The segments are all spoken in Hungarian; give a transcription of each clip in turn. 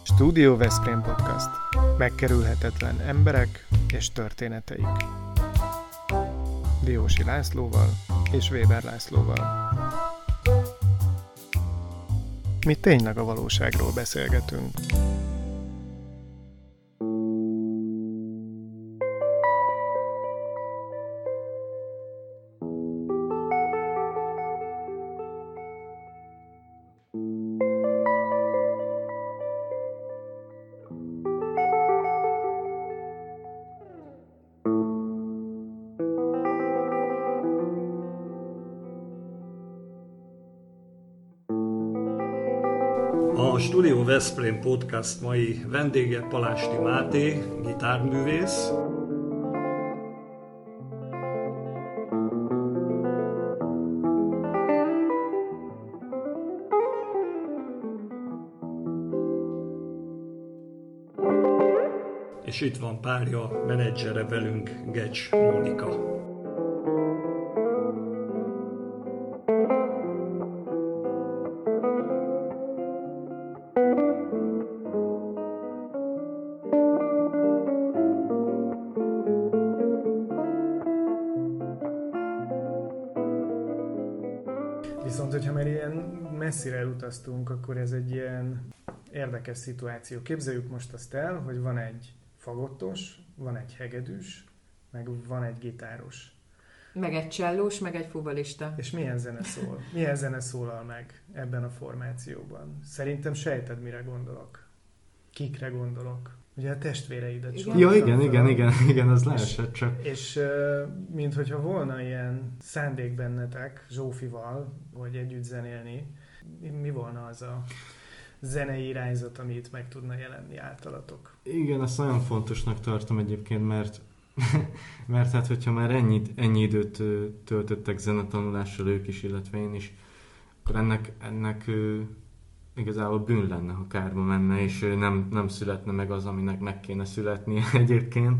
Studio Veszprém Podcast. Megkerülhetetlen emberek és történeteik. Diósi Lászlóval és Weber Lászlóval. Mi tényleg a valóságról beszélgetünk. A Studio Veszprém Podcast mai vendége Palásti Máté, gitárművész. És itt van párja, menedzsere velünk, Gecs Mónika. Viszont, hogyha már ilyen messzire elutaztunk, akkor ez egy ilyen érdekes szituáció. Képzeljük most azt el, hogy van egy fagottos, van egy hegedűs, meg van egy gitáros. Meg egy csellós, meg egy fuvolista. És milyen zene szól? Milyen zene szólal meg ebben a formációban? Szerintem sejted, mire gondolok. Kikre gondolok. Ugye a testvéreidet Ja, igen, az leesett csak. És minthogyha volna ilyen szándék bennetek Zsófival, hogy együtt zenélni, mi volna az a zenei irányzat, ami itt meg tudna jelenni általatok? Igen, ezt nagyon fontosnak tartom egyébként, mert hát, hogyha már ennyi időt töltöttek zenetanulással ők is, illetve én is, akkor ennek igazából bűn lenne, ha kárba menne, és nem születne meg az, aminek meg kéne születnie egyébként.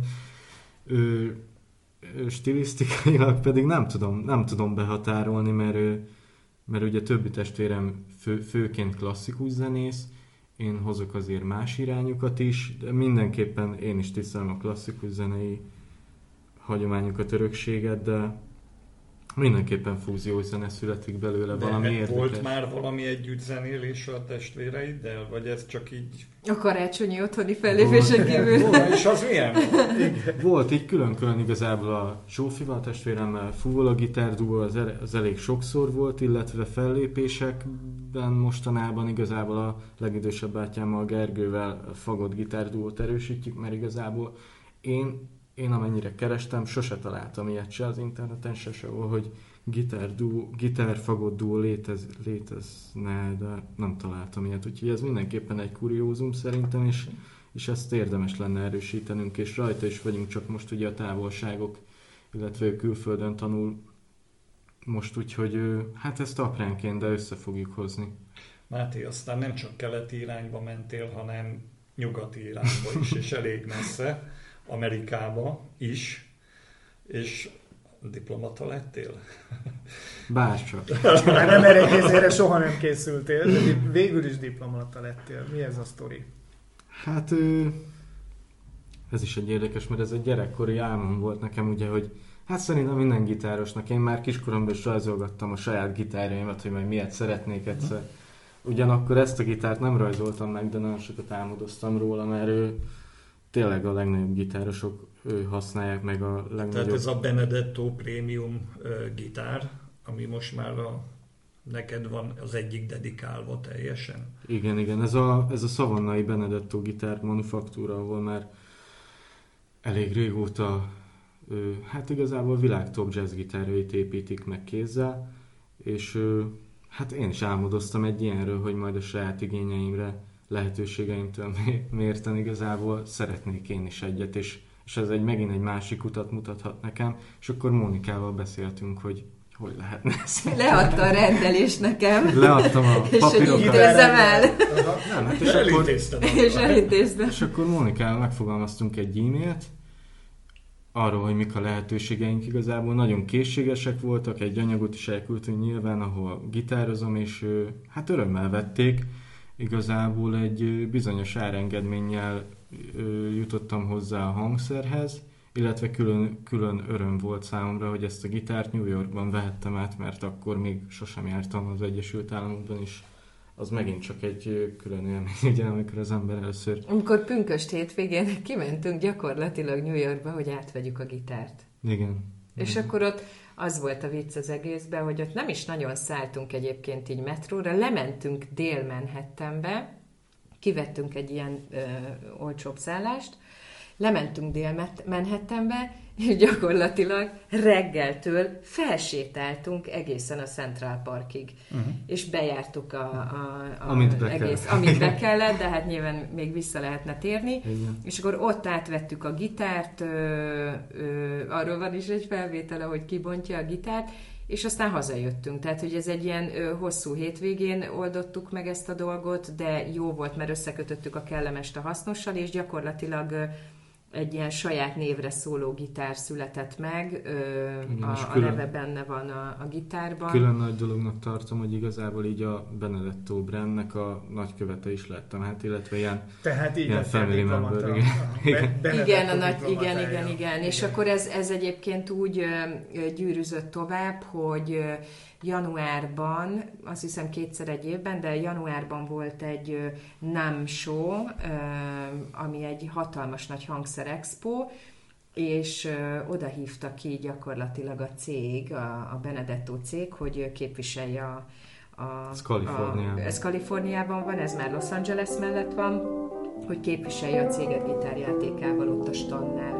Stilisztikailag pedig nem tudom behatárolni, mert ugye többi testvérem főként klasszikus zenész, én hozok azért más irányukat is, de mindenképpen én is tisztelem a klasszikus zenei hagyományokat, örökséget, de mindenképpen fúziós zene születik belőle, de valami érdekes. Volt már valami együtt zenélés a testvéreiddel? Vagy ez csak így... A karácsonyi otthoni fellépésen kívül. És az milyen? Volt így külön-külön igazából a Zsófival, testvéremmel fuvola gitárduó, az elég sokszor volt, illetve fellépésekben mostanában igazából a legidősebb bátyámmal, Gergővel fagott gitárduót erősítjük, mert igazából én amennyire kerestem, sose találtam ilyet se az interneten, se sehol, hogy gitár-fagott duó létezne, de nem találtam ilyet. Úgyhogy ez mindenképpen egy kuriózum szerintem, és ezt érdemes lenne erősítenünk, és rajta is vagyunk, csak most ugye a távolságok, illetve ő külföldön tanul most, úgyhogy hát ezt apránként, de össze fogjuk hozni. Máté, aztán nem csak keleti irányba mentél, hanem nyugati irányba is, és elég messze. Amerikába is, és diplomata lettél? Bárcsak. Már nem erre soha nem készültél, de végül is diplomata lettél. Mi ez a sztori? Hát ez is egy érdekes, mert ez egy gyerekkori álmom volt nekem, ugye, hogy hát szerintem minden gitárosnak, én már kiskoromban is rajzolgattam a saját gitárjaimat, hogy majd miért szeretnék egyszer. Ugyanakkor ezt a gitárt nem rajzoltam meg, de nagyon sokat álmodoztam róla, mert tényleg a legnagyobb gitárosok használják meg a legnagyobb... Tehát ez a Benedetto Premium gitár, ami most már neked van az egyik dedikálva teljesen. Igen, ez a szavannai Benedetto gitár manufaktúra, ahol már elég régóta hát igazából világ top jazz gitárjait építik meg kézzel, és hát én is álmodoztam egy ilyenről, hogy majd a saját igényeimre, lehetőségeimtől mérten igazából szeretnék én is egyet, és ez megint egy másik utat mutathat nekem, és akkor Mónikával beszéltünk, hogy lehetne ezt. Leadta a rendelést nekem. Leadtam a papírokat. És intézzem el. Nem, hát és elintéztem. És akkor Mónikával megfogalmaztunk egy e-mailt, arról, hogy mik a lehetőségeink igazából. Nagyon készségesek voltak, egy anyagot is elküldtünk nyilván, ahol gitározom, és hát örömmel vették, igazából egy bizonyos árengedménnyel jutottam hozzá a hangszerhez, illetve külön öröm volt számomra, hogy ezt a gitárt New Yorkban vehettem át, mert akkor még sosem jártam az Egyesült Államokban is. Az megint csak egy külön élmény, ugye, amikor az ember először... Amikor pünkösd hétvégén kimentünk gyakorlatilag New Yorkba, hogy átvegyük a gitárt. Igen. És akkor ott az volt a vicc az egészben, hogy ott nem is nagyon szálltunk egyébként így metróra, lementünk Dél-Manhattanbe, kivettünk egy ilyen olcsóbb szállást, lementünk Dél-Manhattanbe, és gyakorlatilag reggeltől felsétáltunk egészen a Central Parkig. És bejártuk amit be kellett, de hát nyilván még vissza lehetne térni. Igen. És akkor ott átvettük a gitárt, arról van is egy felvétele, hogy kibontja a gitárt, és aztán hazajöttünk. Tehát, hogy ez egy ilyen hosszú hétvégén oldottuk meg ezt a dolgot, de jó volt, mert összekötöttük a kellemest a hasznossal, és gyakorlatilag egy ilyen saját névre szóló gitár született meg, a neve benne van a gitárban. Külön nagy dolognak tartom, hogy igazából így a Benedetto Brandnek a nagykövete is lettem, hát illetve ilyen, tehát így ilyen family member. Igen. És akkor ez egyébként úgy gyűrűzött tovább, hogy januárban, azt hiszem kétszer egy évben, de januárban volt egy NAMM show, ami egy hatalmas nagy hangszerexpo, és oda hívta ki gyakorlatilag a cég, a Benedetto cég, hogy képviselje ez Kaliforniában van, ez már Los Angeles mellett van, hogy képviselje a céget gitárjátékával ott a standnál.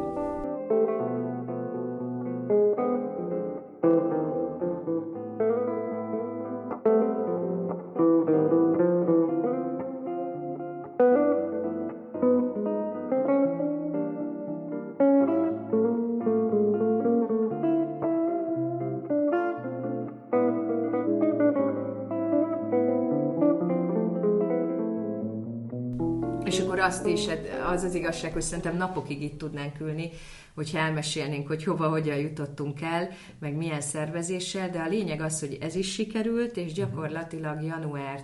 És akkor azt is, az igazság, hogy szerintem napokig itt tudnánk ülni, hogyha elmesélnénk, hogy hova, hogyan jutottunk el, meg milyen szervezéssel, de a lényeg az, hogy ez is sikerült, és gyakorlatilag január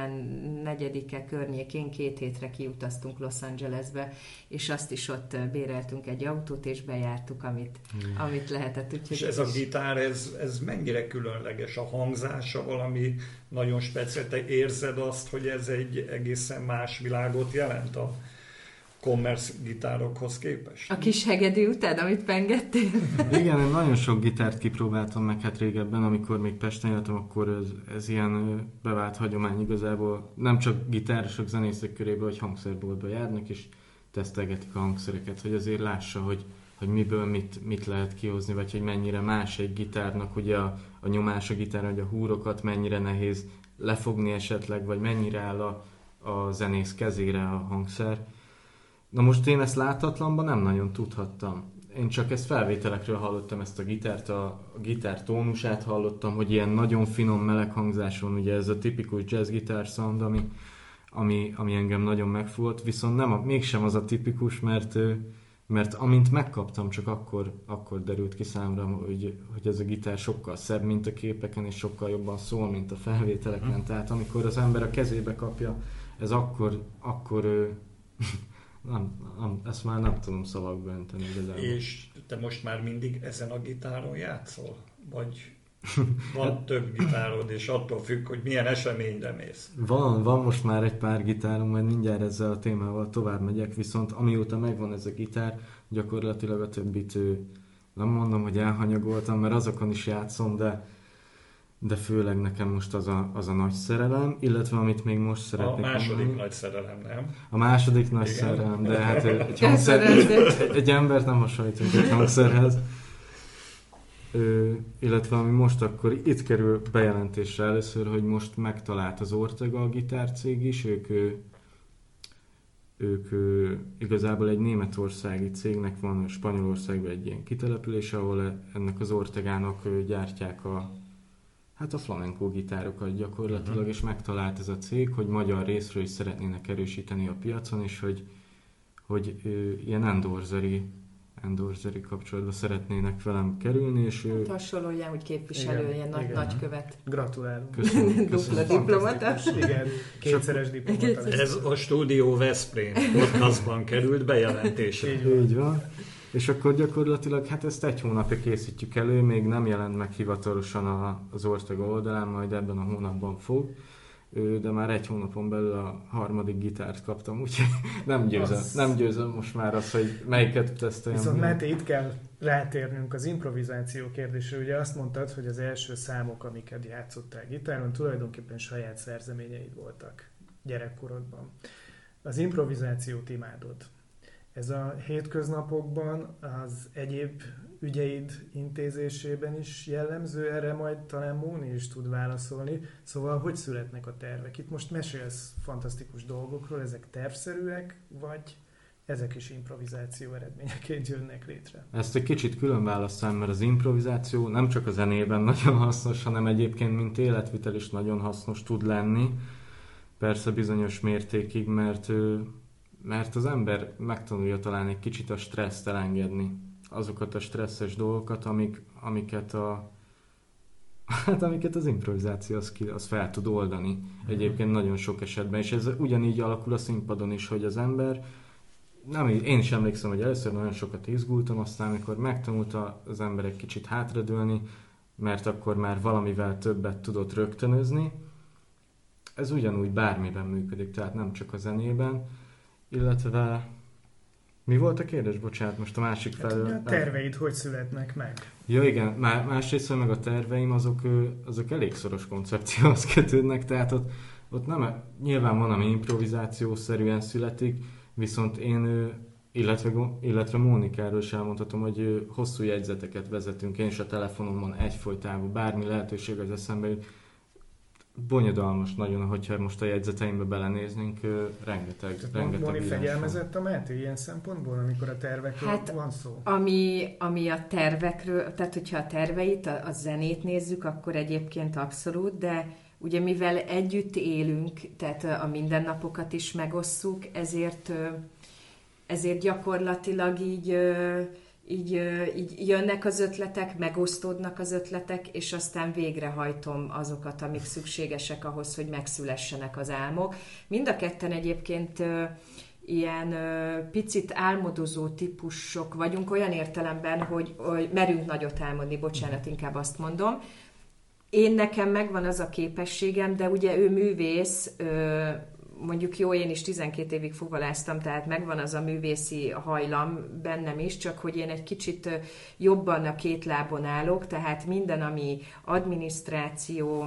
14-e környékén 2 hétre kiutaztunk Los Angelesbe, és azt is ott béreltünk egy autót, és bejártuk, amit lehetett. Úgyhogy és ez a gitár, ez mennyire különleges? A hangzása valami nagyon speciális? Te érzed azt, hogy ez egy egészen más világot jelent a commerce gitárokhoz képest? A kis hegedű után, amit pengettél? Igen, én nagyon sok gitárt kipróbáltam meg, hát régebben, amikor még Pesten éltem, akkor ez ilyen bevált hagyomány igazából. Nem csak gitárosok, zenészek körében, hogy hangszerboltba járnak, és tesztelgetik a hangszereket, hogy azért lássa, hogy miből mit lehet kihozni, vagy hogy mennyire más egy gitárnak, ugye a nyomás a gitár, hogy a húrokat mennyire nehéz lefogni esetleg, vagy mennyire áll a zenész kezére a hangszer. Na most én ezt láthatlanban nem nagyon tudhattam. Én csak ezt felvételekről hallottam, ezt a gitárt, a gitár tónusát hallottam, hogy ilyen nagyon finom meleg hangzás van, ugye ez a tipikus jazz gitár sound, ami engem nagyon megfogott, viszont mégsem az a tipikus, mert amint megkaptam, csak akkor derült ki számra, hogy ez a gitár sokkal szebb, mint a képeken, és sokkal jobban szól, mint a felvételeken. Tehát amikor az ember a kezébe kapja, ez akkor ezt már nem tudom szavakba önteni igazából. És te most már mindig ezen a gitáron játszol? Vagy van több gitárod, és attól függ, hogy milyen eseményre mész? Van most már egy pár gitárom, majd mindjárt ezzel a témával tovább megyek, viszont amióta megvan ez a gitár, gyakorlatilag a többit nem mondom, hogy elhanyagoltam, mert azokon is játszom, de főleg nekem most az a nagy szerelem, illetve amit még most szeretnék mondani. A második mondani. Nagy szerelem, nem? A második nagy szerelem, de hát egy embert nem hasonlítunk egy hangszerhez. Illetve ami most akkor itt kerül bejelentésre először, hogy most megtalált az Ortega gitárcég is, ők igazából egy németországi cégnek van Spanyolországban egy ilyen kitelepülés, ahol ennek az Ortegának gyártják a flamenco gitárokat gyakorlatilag, és megtalált ez a cég, hogy magyar részről is szeretnének erősíteni a piacon, és hogy ilyen endorseri endorseri kapcsolatba szeretnének velem kerülni, és ő... Hasonlóan, hogy képviselője, nagykövet. Gratulálunk. Köszönöm. Dupla diplomata. Igen, kétszeres diplomata. Ez a Stúdió Veszprém podcastban került bejelentésre. Így van. És akkor gyakorlatilag, hát ezt 1 hónapja készítjük elő, még nem jelent meg hivatalosan az ország oldalán, majd ebben a hónapban fog. De már 1 hónapon belül a 3. gitárt kaptam, úgyhogy nem győzöm most már azt, hogy melyiket teszteljem. Viszont Máté, itt kell rátérnünk az improvizáció kérdésre. Ugye azt mondtad, hogy az első számok, amiket játszottál gitáron, tulajdonképpen saját szerzeményeid voltak gyerekkorodban. Az improvizációt imádod. Ez a hétköznapokban az egyéb ügyeid intézésében is jellemző, erre majd talán Móni is tud válaszolni. Szóval hogy születnek a tervek? Itt most mesélsz fantasztikus dolgokról, ezek tervszerűek, vagy ezek is improvizáció eredményeként jönnek létre? Ezt egy kicsit külön választám, mert az improvizáció nem csak a zenében nagyon hasznos, hanem egyébként mint életvitel is nagyon hasznos tud lenni. Persze bizonyos mértékig, mert az ember megtanulja talán egy kicsit a stresszt elengedni. Azokat a stresszes dolgokat, amiket az improvizáció az fel tud oldani. Egyébként nagyon sok esetben. És ez ugyanígy alakul a színpadon is, hogy az ember... én is emlékszem, hogy először nagyon sokat izgultam, aztán amikor megtanulta az ember egy kicsit hátradőlni, mert akkor már valamivel többet tudott rögtönözni. Ez ugyanúgy bármiben működik, tehát nem csak a zenében. Illetve... Mi volt a kérdés? Bocsánat, most a másik felől... A terveid hogy születnek meg? Ja igen, másrészt meg a terveim azok elég szoros koncepcióhoz kötődnek, tehát ott nem, nyilván van, ami improvizációszerűen születik, viszont én, illetve Mónikáról is elmondhatom, hogy hosszú jegyzeteket vezetünk, én is a telefonomon egyfolytában, bármi lehetőség az eszembe jut. Bonyodalmas nagyon, hogyha most a jegyzeteimbe belenéznénk, rengeteg Móni fegyelmezett a Máté ilyen szempontból, amikor a tervekről van szó? Ami a tervekről, tehát hogyha a terveit, a zenét nézzük, akkor egyébként abszolút, de ugye mivel együtt élünk, tehát a mindennapokat is megosszuk, ezért gyakorlatilag így jönnek az ötletek, megosztódnak az ötletek, és aztán végrehajtom azokat, amik szükségesek ahhoz, hogy megszülessenek az álmok. Mind a ketten egyébként ilyen picit álmodozó típusok vagyunk, olyan értelemben, hogy merünk nagyot álmodni, bocsánat, inkább azt mondom. Nekem megvan az a képességem, de ugye ő művész, mondjuk én is 12 évig fuvaláztam, tehát megvan az a művészi hajlam bennem is, csak hogy én egy kicsit jobban a 2 lábon állok, tehát minden, ami adminisztráció,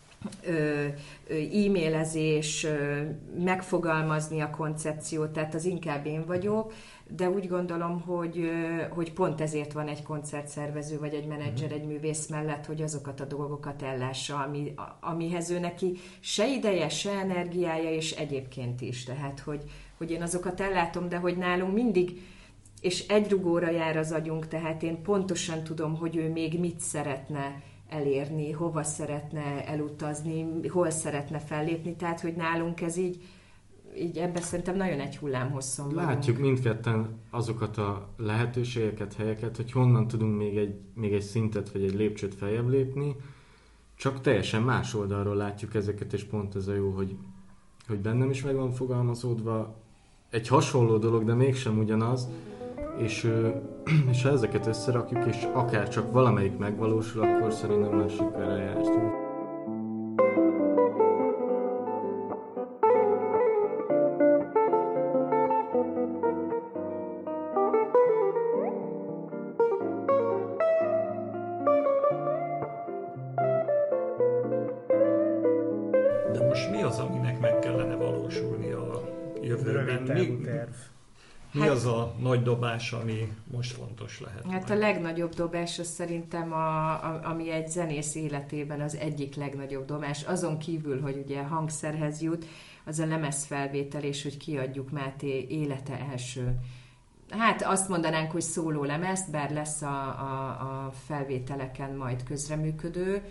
e-mailezés, megfogalmazni a koncepciót, tehát az inkább én vagyok, de úgy gondolom, hogy pont ezért van egy koncertszervező, vagy egy menedzser, egy művész mellett, hogy azokat a dolgokat ellássa, amihez ő neki se ideje, se energiája, és egyébként is. Tehát, hogy én azokat ellátom, de hogy nálunk mindig, és egy rugóra jár az agyunk, tehát én pontosan tudom, hogy ő még mit szeretne elérni, hova szeretne elutazni, hol szeretne fellépni, tehát, hogy nálunk ez így ebben szerintem nagyon egy hullámhosszon vagyunk. Látjuk mindketten azokat a lehetőségeket, helyeket, hogy honnan tudunk még egy szintet vagy egy lépcsőt feljebb lépni, csak teljesen más oldalról látjuk ezeket, és pont ez a jó, hogy bennem is meg van fogalmazódva egy hasonló dolog, de mégsem ugyanaz, és ha ezeket összerakjuk, és akár csak valamelyik megvalósul, akkor szerintem már sikerrel jártunk. De most mi az, aminek meg kellene valósulni a jövőben? Mi az a nagy dobás, ami most fontos lehet? Hát a legnagyobb dobás az szerintem, ami egy zenész életében az egyik legnagyobb dobás, azon kívül, hogy ugye hangszerhez jut, az a lemezfelvétel, és hogy kiadjuk Máté élete első. Hát azt mondanánk, hogy szóló lemezt, bár lesz a felvételeken majd közreműködő,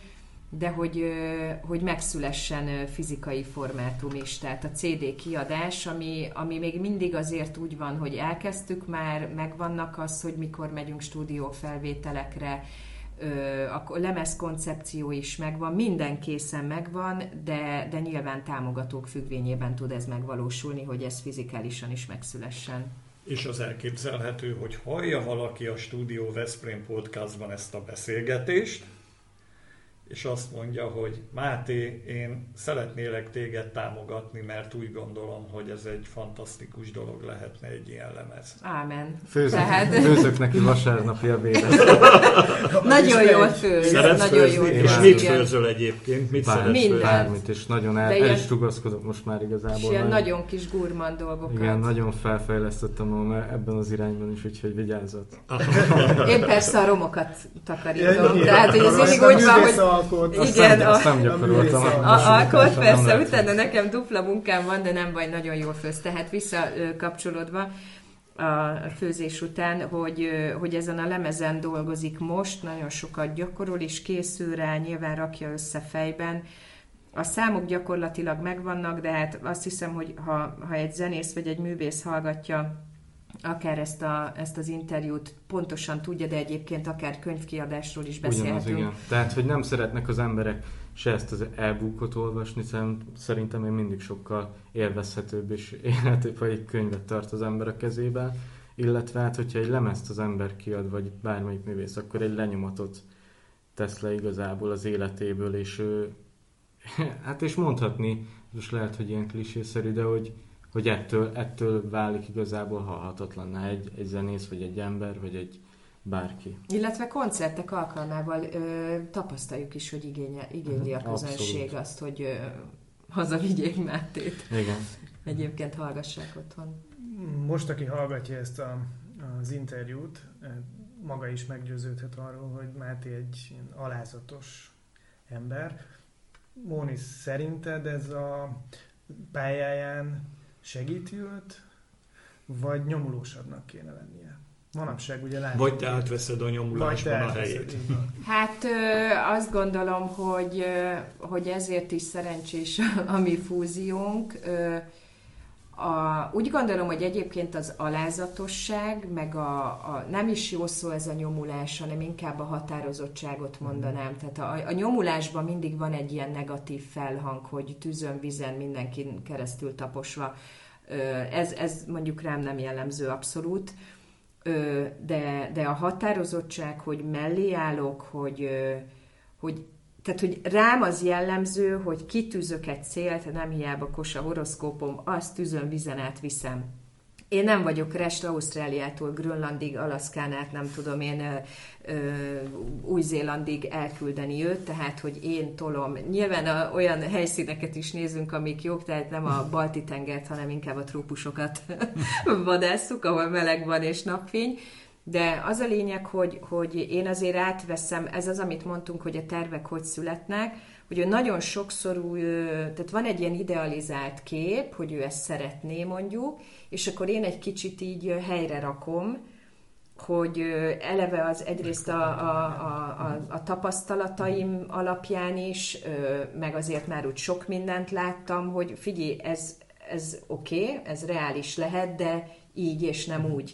de hogy megszülessen fizikai formátum is. Tehát a CD kiadás, ami még mindig azért úgy van, hogy elkezdtük már, megvannak az, hogy mikor megyünk stúdiófelvételekre, a lemezkoncepció is megvan, minden készen megvan, de nyilván támogatók függvényében tud ez megvalósulni, hogy ez fizikálisan is megszülessen. És az elképzelhető, hogy hallja valaki a Stúdió Veszprém podcastban ezt a beszélgetést, és azt mondja, hogy Máté, én szeretnélek téged támogatni, mert úgy gondolom, hogy ez egy fantasztikus dolog lehetne egy ilyen lemez. Ámen. Főzök neki vasárnapi ebédet. Nagyon jól főz. Szeretsz főzni? És mit főzöl egyébként? Mit szeretsz főzni? Bármit, és nagyon el is rugaszkodok most már igazából. És ilyen nagyon kis gurmand dolgokat. Igen, nagyon felfejlesztettem magam ebben az irányban is, úgyhogy vigyázzat. Én persze a romokat takarítom. Tehát, hogy ez mindig úgy van, hogy igen, azt nem gyakoroltam. Akkor persze, utána nekem dupla munkám van, de nem baj, nagyon jól főz. Tehát visszakapcsolódva a főzés után, hogy ezen a lemezen dolgozik most, nagyon sokat gyakorol és készül rá, nyilván rakja össze fejben. A számok gyakorlatilag megvannak, de hát azt hiszem, hogy ha egy zenész vagy egy művész hallgatja akár ezt az interjút pontosan tudja, de egyébként akár könyvkiadásról is beszélhetünk. Ugyanaz, igen. Tehát, hogy nem szeretnek az emberek se ezt az e-bookot olvasni, szerintem én mindig sokkal élvezhetőbb és életőbb, ha egy könyvet tart az ember a kezében, illetve hát, hogyha egy lemezt az ember kiad, vagy bármelyik művész, akkor egy lenyomatot tesz le igazából az életéből, és hát és mondhatni, most lehet, hogy ilyen klisészerű, de hogy ettől válik igazából halhatatlanná egy zenész, vagy egy ember, vagy egy bárki. Illetve koncertek alkalmával tapasztaljuk is, hogy igényli a közönség Abszolút. azt, hogy hazavigyék Mátét. Igen. Egyébként hallgassák otthon. Most, aki hallgatja ezt az interjút, maga is meggyőződhet arról, hogy Máté egy ilyen alázatos ember. Móni, szerinted ez a pályáján segíti őt, vagy nyomulósabbnak kéne lennie? Manapság ugye látjuk. Vagy te átveszed a nyomulásban a helyét. Hát azt gondolom, hogy ezért is szerencsés a mi fúziónk. Úgy gondolom, hogy egyébként az alázatosság, meg nem is jó szó ez a nyomulás, hanem inkább a határozottságot mondanám. Tehát a nyomulásban mindig van egy ilyen negatív felhang, hogy tűzön, vízen, mindenkin keresztül taposva. Ez mondjuk rám nem jellemző abszolút. De a határozottság, hogy mellé állok, tehát, hogy rám az jellemző, hogy kitűzök egy célt, nem hiába kos a horoszkópom, azt tűzön, vizen át viszem. Én nem vagyok rest Ausztráliától Grönlandig, Alaszkán át, nem tudom én Új-Zélandig elküldeni őt, tehát, hogy én tolom. Nyilván olyan helyszíneket is nézünk, amik jók, tehát nem a Balti-tengert, hanem inkább a trópusokat vadásszuk, ahol meleg van és napfény. De az a lényeg, hogy én azért átveszem, ez az, amit mondtunk, hogy a tervek hogy születnek, hogy ő nagyon sokszor, tehát van egy ilyen idealizált kép, hogy ő ezt szeretné mondjuk, és akkor én egy kicsit így helyre rakom, hogy eleve az egyrészt a tapasztalataim alapján is, meg azért már úgy sok mindent láttam, hogy figyelj, ez oké, ez reális lehet, de így és nem úgy.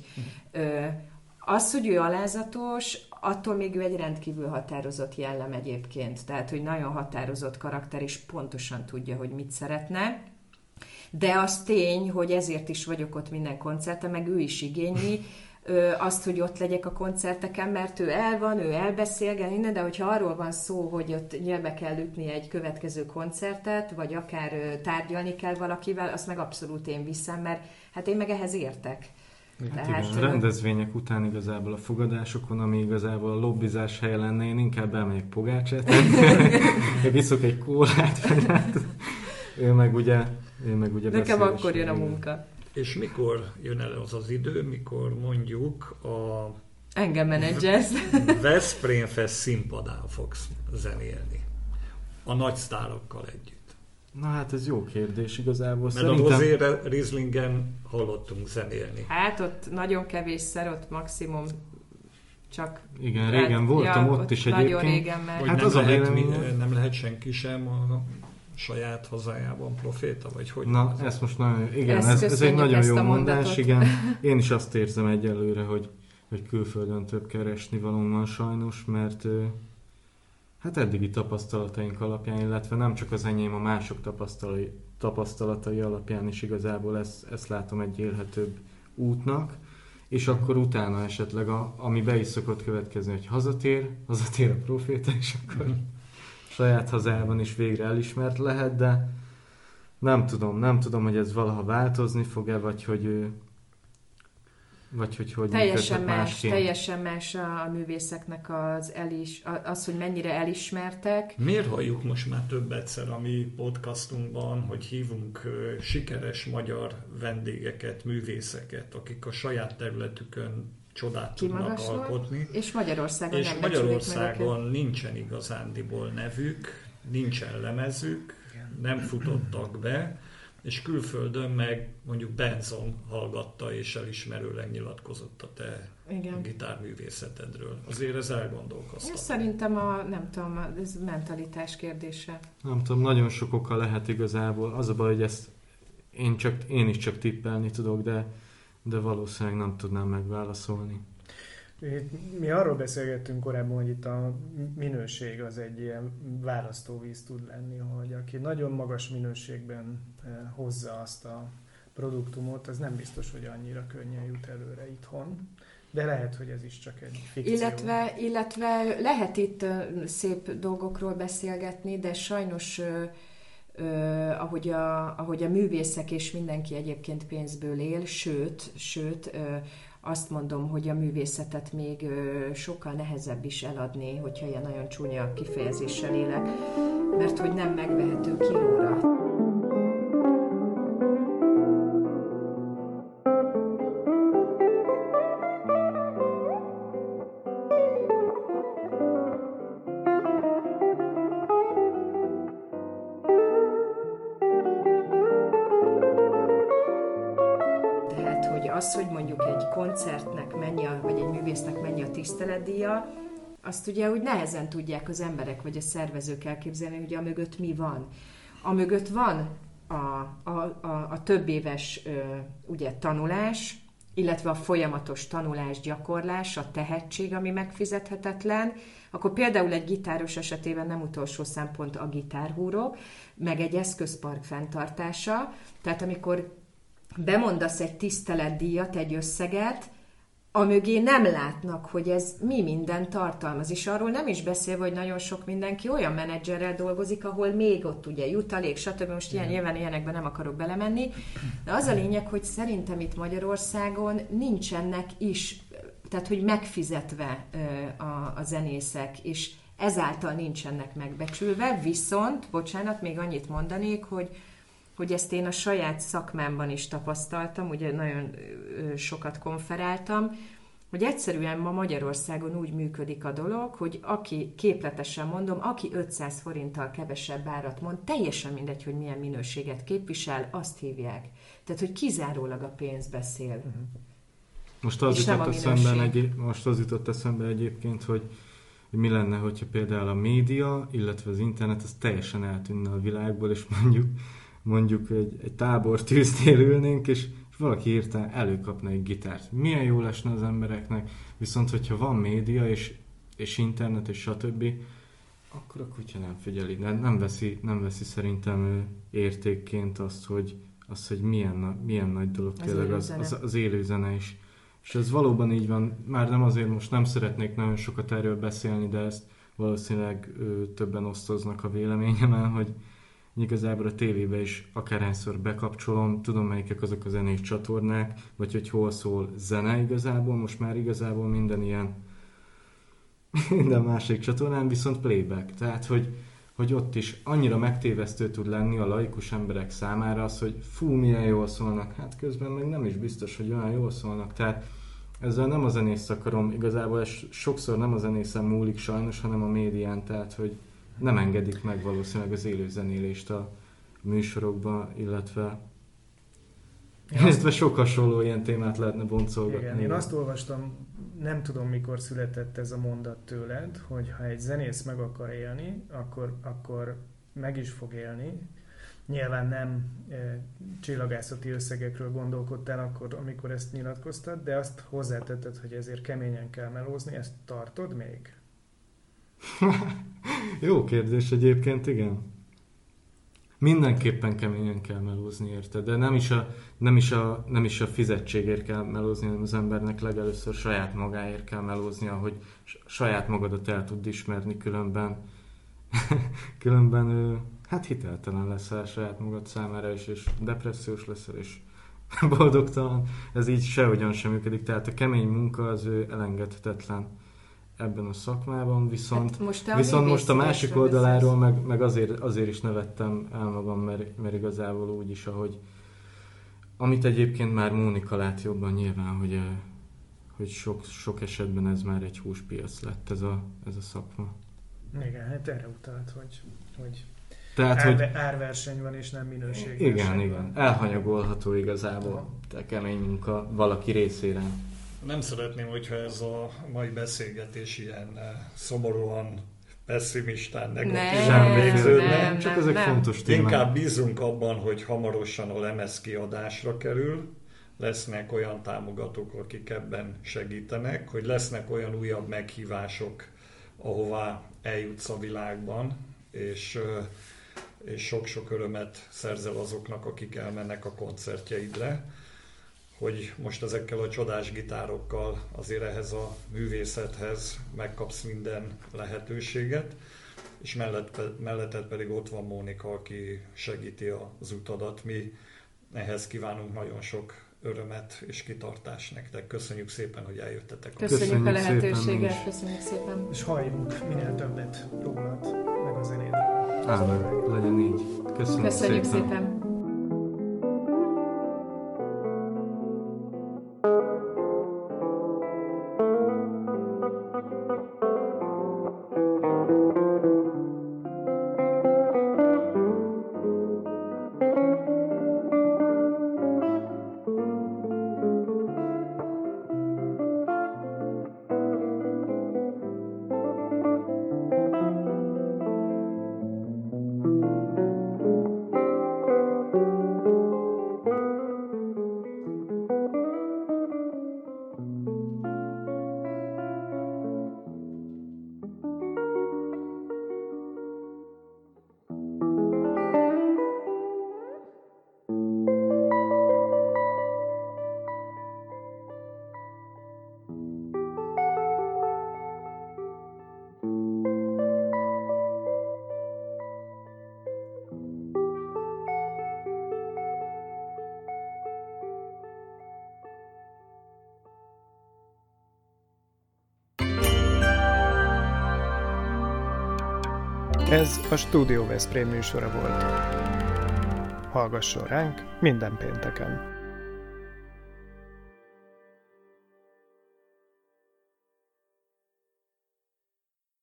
Az, hogy ő alázatos, attól még ő egy rendkívül határozott jellem egyébként. Tehát, hogy nagyon határozott karakter, és pontosan tudja, hogy mit szeretne. De az tény, hogy ezért is vagyok ott minden koncerten, meg ő is igényli azt, hogy ott legyek a koncerteken, mert ő el van, ő elbeszélget, minden, de hogyha arról van szó, hogy ott nyelbe kell ütni egy következő koncertet, vagy akár tárgyalni kell valakivel, azt meg abszolút én viszem, mert hát én meg ehhez értek. Hát igen, a rendezvények után igazából a fogadásokon, ami igazából a lobbizás helye lenne, én inkább elmegyek pogácsát, viszok egy kólát, ő meg ugye nekem akkor jön a munka. És mikor jön el az idő, mikor mondjuk a engem menedzselsz. Veszprém Fest színpadán fogsz zenélni? A nagy sztárokkal együtt. Na hát ez jó kérdés igazából. Mert a Rosé Rieslingen hallottunk zenélni. Hát ott nagyon kevésszer, ott maximum csak... Igen, régen voltam ott is nagyon egyébként. Régen, mert... Vagy Hát nem, az a lehet, véleményem- nem lehet senki sem a saját hazájában proféta, vagy hogy? Na, ezt most nagyon... Igen, Ezt ez egy köszönjük, nagyon ezt jó a mondás, mondatot. igen. Én is azt érzem egyelőre, hogy külföldön több keresni valóm van sajnos, mert hát eddigi tapasztalataink alapján, illetve nem csak az enyém, a mások tapasztalatai alapján is igazából ezt látom egy élhetőbb útnak, és akkor utána esetleg, ami be is szokott következni, hogy hazatér a proféta, és akkor saját hazában is végre elismert lehet, de nem tudom, hogy ez valaha változni fog-e, vagy hogy teljesen más a művészeknek az, hogy mennyire elismertek. Miért halljuk most már több egyszer a mi podcastunkban, hogy hívunk sikeres magyar vendégeket, művészeket, akik a saját területükön csodát tudnak alkotni. És Magyarországon és nem Magyarországon nincsen igazándiból nevük, nincsen lemezük, nem futottak be, és külföldön meg mondjuk Benson hallgatta és elismerőleg nyilatkozott a te gitárművészetedről. Azért ez elgondolkoztat. Szerintem ez mentalitás kérdése. Nem tudom, nagyon sok oka lehet igazából. Az a baj, hogy ezt én is csak tippelni tudok, de valószínűleg nem tudnám megválaszolni. Mi arról beszélgettünk korábban, hogy itt a minőség az egy ilyen választóvíz tud lenni, hogy aki nagyon magas minőségben hozza azt a produktumot, az nem biztos, hogy annyira könnyen jut előre itthon. De lehet, hogy ez is csak egy fikció. Illetve lehet itt szép dolgokról beszélgetni, de sajnos ahogy a művészek és mindenki egyébként pénzből él, sőt azt mondom, hogy a művészetet még sokkal nehezebb is eladni, hogyha ilyen nagyon csúnya kifejezéssel élek, mert hogy nem megvehető kilóra. Az, hogy mondjuk egy koncertnek vagy egy művésznek mennyi a tiszteletdíja, azt ugye úgy nehezen tudják az emberek vagy a szervezők elképzelni, hogy amögött mi van. Amögött van a több éves ugye, tanulás, illetve a folyamatos tanulás, gyakorlás, a tehetség, ami megfizethetetlen, akkor például egy gitáros esetében nem utolsó szempont a gitárhúró, meg egy eszközpark fenntartása, tehát amikor bemondasz egy tiszteletdíjat, egy összeget, amögé nem látnak, hogy ez mi minden tartalmaz. És arról nem is beszélve, hogy nagyon sok mindenki olyan menedzserrel dolgozik, ahol még ott ugye jutalék, stb. Most nyilván ilyenekben nem akarok belemenni. De az a lényeg, hogy szerintem itt Magyarországon nincsenek is, tehát hogy megfizetve a zenészek, és ezáltal nincsenek megbecsülve. Viszont, bocsánat, még annyit mondanék, hogy ezt én a saját szakmámban is tapasztaltam, ugye nagyon sokat konferáltam, hogy egyszerűen ma Magyarországon úgy működik a dolog, hogy aki, képletesen mondom, aki 500 forinttal kevesebb árat mond, teljesen mindegy, hogy milyen minőséget képvisel, azt hívják. Tehát, hogy kizárólag a pénz beszél. Most az jutott eszembe egyébként, hogy mi lenne, hogyha például a média, illetve az internet, az teljesen eltűnne a világból, és mondjuk egy tábortűznél ülnénk, és valaki hirtelen előkapna egy gitárt. Milyen jó lesne az embereknek, viszont hogyha van média és internet és stb., akkor a kutya nem figyeli, nem veszi szerintem értékként azt, hogy milyen nagy dolog tényleg az élőzene is. És ez valóban így van, már nem azért most nem szeretnék nagyon sokat erről beszélni, de ezt valószínűleg többen osztoznak a véleményemen, hogy igazából a tévébe is akárhányszor bekapcsolom, tudom melyikek azok a zenés csatornák, vagy hogy hol szól zene igazából, most már igazából minden másik csatornán, viszont playback. Tehát, hogy ott is annyira megtévesztő tud lenni a laikus emberek számára az, hogy fú, milyen jól szólnak, hát közben meg nem is biztos, hogy olyan jól szólnak. Tehát ezzel nem a zenészt akarom, igazából ez sokszor nem a zenészen múlik sajnos, hanem a médián, tehát, hogy nem engedik meg valószínűleg az élőzenélést a műsorokban, illetve Illetve sok hasonló ilyen témát lehetne boncolgatni. Igen, én azt olvastam, nem tudom mikor született ez a mondat tőled, hogy ha egy zenész meg akar élni, akkor meg is fog élni. Nyilván nem csillagászati összegekről gondolkodtál akkor, amikor ezt nyilatkoztad, de azt hozzátetted, hogy ezért keményen kell melózni, ezt tartod még? Jó kérdés egyébként, igen. Mindenképpen keményen kell melózni érte, de nem is a fizetségért kell melózni, hanem az embernek legelőször saját magáért kell melóznia, hogy saját magadat el tudd ismerni, különben hát hiteltelen leszel saját magad számára is, és depressziós leszel, és boldogtalan. Ez így sehogyan sem működik, tehát a kemény munka az elengedhetetlen ebben a szakmában, viszont most a másik oldaláról meg azért is nevettem el magam, mert igazából úgy is, amit egyébként már Mónika lát jobban nyilván, hogy sok esetben ez már egy húspiac lett ez a szakma. Igen, hát erre utalt, hogy árverseny van és nem minőségverseny. Igen. Elhanyagolható igazából a kemény munka valaki részére. Nem szeretném, hogyha ez a mai beszélgetés ilyen szomorúan, pessimistán, negatívan végződne. Csak ezek fontos témák. Inkább bízunk abban, hogy hamarosan a lemez kiadásra kerül, lesznek olyan támogatók, akik ebben segítenek, hogy lesznek olyan újabb meghívások, ahová eljutsz a világban, és sok-sok örömet szerzel azoknak, akik elmennek a koncertjeidre, hogy most ezekkel a csodás gitárokkal azért ehhez a művészethez megkapsz minden lehetőséget, és melletted pedig ott van Mónika, aki segíti az utadat. Mi ehhez kívánunk nagyon sok örömet és kitartást nektek. Köszönjük szépen, hogy eljöttetek. Köszönjük a lehetőséget, köszönjük szépen. És halljunk minél többet rólad, meg a zenédről. Ámen, legyen így. Köszönjük szépen. Ez a Stúdió Veszprém műsora volt. Hallgasson ránk minden pénteken!